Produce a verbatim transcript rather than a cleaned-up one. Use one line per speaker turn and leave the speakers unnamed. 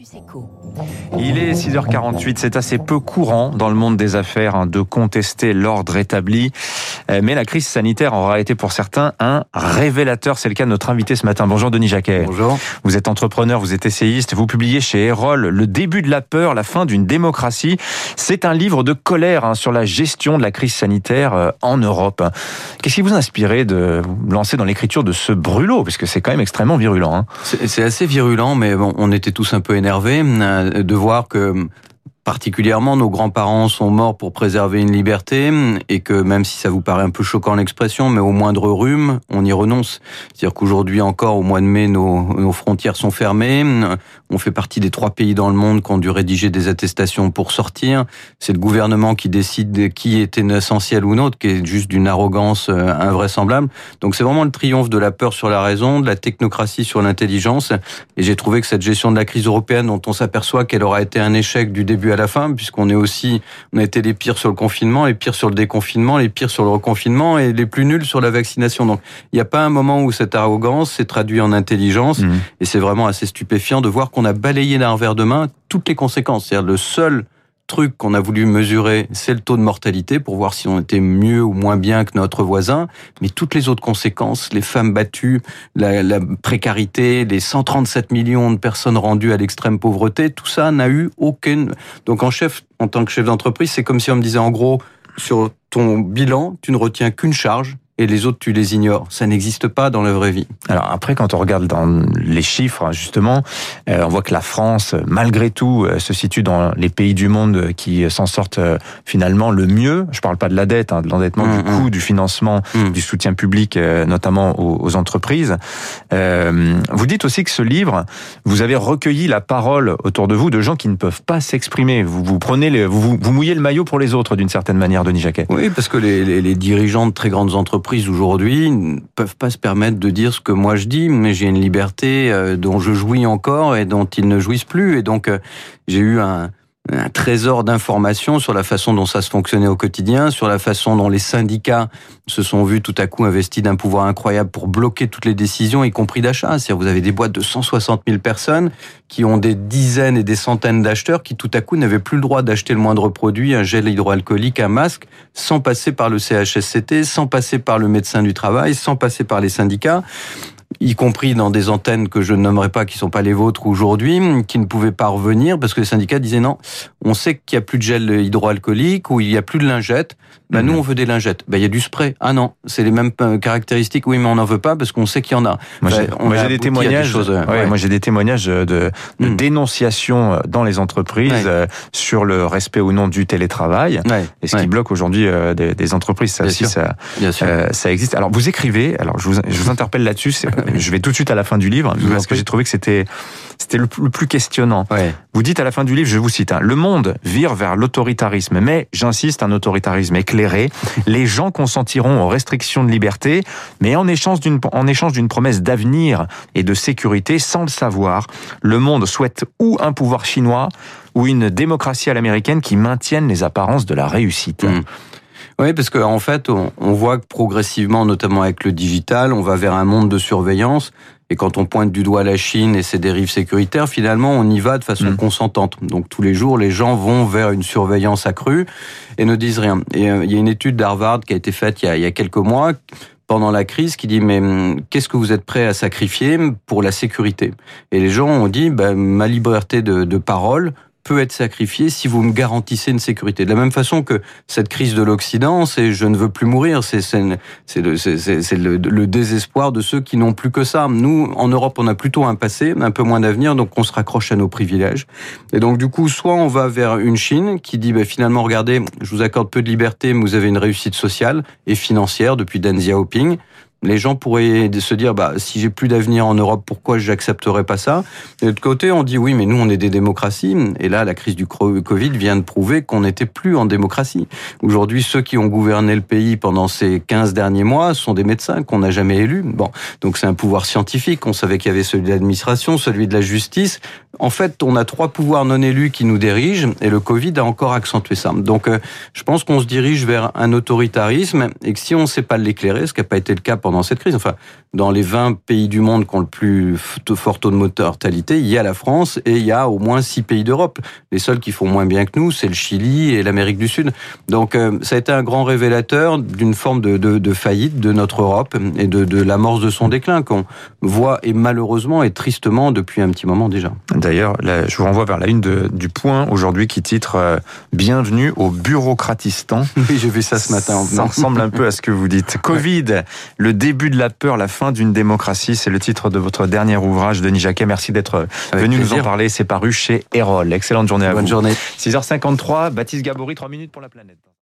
Campus Éco.
Il est six heures quarante-huit, c'est assez peu courant dans le monde des affaires hein, de contester l'ordre établi. Mais la crise sanitaire aura été pour certains un révélateur. C'est le cas de notre invité ce matin. Bonjour Denis Jacquet.
Bonjour.
Vous êtes entrepreneur, vous êtes essayiste. Vous publiez chez Erol Le début de la peur, la fin d'une démocratie. C'est un livre de colère hein, sur la gestion de la crise sanitaire euh, en Europe. Qu'est-ce qui vous a inspiré de vous lancer dans l'écriture de ce brûlot? Parce que c'est quand même extrêmement virulent. Hein.
C'est, c'est assez virulent, mais bon, on était tous un peu énervés euh, de voir que particulièrement nos grands-parents sont morts pour préserver une liberté et que même si ça vous paraît un peu choquant l'expression, mais au moindre rhume, on y renonce. C'est-à-dire qu'aujourd'hui encore, au mois de mai, nos, nos frontières sont fermées. On fait partie des trois pays dans le monde qui ont dû rédiger des attestations pour sortir. C'est le gouvernement qui décide de qui est essentiel ou non, qui est juste d'une arrogance invraisemblable. Donc c'est vraiment le triomphe de la peur sur la raison, de la technocratie sur l'intelligence. Et j'ai trouvé que cette gestion de la crise européenne, dont on s'aperçoit qu'elle aura été un échec du début à la fin, puisqu'on est aussi, on a été les pires sur le confinement, les pires sur le déconfinement, les pires sur le reconfinement et les plus nuls sur la vaccination. Donc, il n'y a pas un moment où cette arrogance s'est traduite en intelligence, mmh. et c'est vraiment assez stupéfiant de voir qu'on a balayé d'un revers de main toutes les conséquences. C'est-à-dire le seul truc qu'on a voulu mesurer, c'est le taux de mortalité pour voir si on était mieux ou moins bien que notre voisin. Mais toutes les autres conséquences, les femmes battues, la, la précarité, les cent trente-sept millions de personnes rendues à l'extrême pauvreté, tout ça n'a eu aucune... Donc en chef, en tant que chef d'entreprise, c'est comme si on me disait en gros, sur ton bilan, tu ne retiens qu'une charge, et les autres, tu les ignores. Ça n'existe pas dans la vraie vie.
Alors après, quand on regarde dans les chiffres, justement, euh, on voit que la France, malgré tout, euh, se situe dans les pays du monde qui s'en sortent euh, finalement le mieux. Je parle pas de la dette, hein, de l'endettement, mmh, du coût, mmh. du financement, mmh. du soutien public, euh, notamment aux, aux entreprises. Euh, vous dites aussi que ce livre, vous avez recueilli la parole autour de vous de gens qui ne peuvent pas s'exprimer. Vous, vous prenez, les, vous, vous mouillez le maillot pour les autres, d'une certaine manière, Denis Jacquet.
Oui, parce que les, les, les dirigeants de très grandes entreprises aujourd'hui ne peuvent pas se permettre de dire ce que moi je dis, mais j'ai une liberté dont je jouis encore et dont ils ne jouissent plus. Et donc, j'ai eu un, un trésor d'informations sur la façon dont ça se fonctionnait au quotidien, sur la façon dont les syndicats se sont vus tout à coup investis d'un pouvoir incroyable pour bloquer toutes les décisions, y compris d'achat. C'est-à-dire vous avez des boîtes de cent soixante mille personnes qui ont des dizaines et des centaines d'acheteurs qui tout à coup n'avaient plus le droit d'acheter le moindre produit, un gel hydroalcoolique, un masque, sans passer par le C H S C T, sans passer par le médecin du travail, sans passer par les syndicats, y compris dans des antennes que je ne nommerai pas, qui ne sont pas les vôtres aujourd'hui, qui ne pouvaient pas revenir parce que les syndicats disaient non, on sait qu'il n'y a plus de gel hydroalcoolique ou il n'y a plus de lingettes. Ben, mmh. Nous, on veut des lingettes. Ben, il y a du spray. Ah non, c'est les mêmes caractéristiques. Oui, mais on n'en veut pas parce qu'on sait qu'il y en a.
Moi, j'ai,
ben,
moi, j'ai des témoignages. Des choses, ouais, ouais. Moi, j'ai des témoignages de, de mmh. dénonciation dans les entreprises ouais. euh, sur le respect ou non du télétravail. Ouais. Et ce ouais. qui bloque aujourd'hui euh, des, des entreprises, ça Bien aussi, sûr. ça, Bien sûr. Euh, ça existe. Alors, vous écrivez. Alors, je vous, je vous interpelle là-dessus. C'est, je vais tout de suite à la fin du livre parce que j'ai trouvé que c'était, c'était le, le plus questionnant. Ouais. Vous dites à la fin du livre, je vous cite, hein, le monde vire vers l'autoritarisme, mais j'insiste, un autoritarisme éclairé. Les gens consentiront aux restrictions de liberté, mais en échange d'une, en échange d'une promesse d'avenir et de sécurité, sans le savoir, le monde souhaite ou un pouvoir chinois ou une démocratie à l'américaine qui maintienne les apparences de la réussite. Mmh.
Oui, parce qu'en en fait, on, on voit que progressivement, notamment avec le digital, on va vers un monde de surveillance. Et quand on pointe du doigt la Chine et ses dérives sécuritaires, finalement, on y va de façon mmh. consentante. Donc tous les jours, les gens vont vers une surveillance accrue et ne disent rien. Et euh, il y a une étude d'Harvard qui a été faite il y a, il y a quelques mois, pendant la crise, qui dit mais qu'est-ce que vous êtes prêt à sacrifier pour la sécurité? Et les gens ont dit ben, ma liberté de, de parole peut être sacrifié si vous me garantissez une sécurité. De la même façon que cette crise de l'Occident, c'est je ne veux plus mourir, c'est c'est c'est le, c'est, c'est le, le désespoir de ceux qui n'ont plus que ça. Nous, en Europe, on a plutôt un passé, un peu moins d'avenir, donc on se raccroche à nos privilèges. Et donc du coup, soit on va vers une Chine qui dit bah, finalement, regardez, je vous accorde peu de liberté, mais vous avez une réussite sociale et financière depuis Deng Xiaoping. Les gens pourraient se dire, bah, si j'ai plus d'avenir en Europe, pourquoi j'accepterais pas ça? De l'autre côté, on dit, oui, mais nous, on est des démocraties. Et là, la crise du Covid vient de prouver qu'on n'était plus en démocratie. Aujourd'hui, ceux qui ont gouverné le pays pendant ces quinze derniers mois sont des médecins qu'on n'a jamais élus. Bon. Donc, c'est un pouvoir scientifique. On savait qu'il y avait celui de l'administration, celui de la justice. en fait, on a trois pouvoirs non élus qui nous dirigent et le Covid a encore accentué ça. Donc, euh, je pense qu'on se dirige vers un autoritarisme et que si on ne sait pas l'éclairer, ce qui n'a pas été le cas pendant cette crise, enfin, dans les vingt pays du monde qui ont le plus fort taux de mortalité, il y a la France et il y a au moins six pays d'Europe. Les seuls qui font moins bien que nous, c'est le Chili et l'Amérique du Sud. Donc, euh, ça a été un grand révélateur d'une forme de, de, de faillite de notre Europe et de, de l'amorce de son déclin qu'on voit et malheureusement et tristement depuis un petit moment déjà.
D'ailleurs, là, je vous renvoie vers la une de, du Point aujourd'hui qui titre euh, « Bienvenue au bureaucratistan ».
Oui, j'ai vu ça ce matin.
Ça ressemble un peu à ce que vous dites. Covid, ouais. Le début de la peur, la fin d'une démocratie, c'est le titre de votre dernier ouvrage, Denis Jacquet. Merci d'être Avec venu plaisir. nous en parler. C'est paru chez Erol. Excellente journée à
Bonne
vous.
Bonne journée.
six heures cinquante-trois, Baptiste Gabory, trois minutes pour la planète.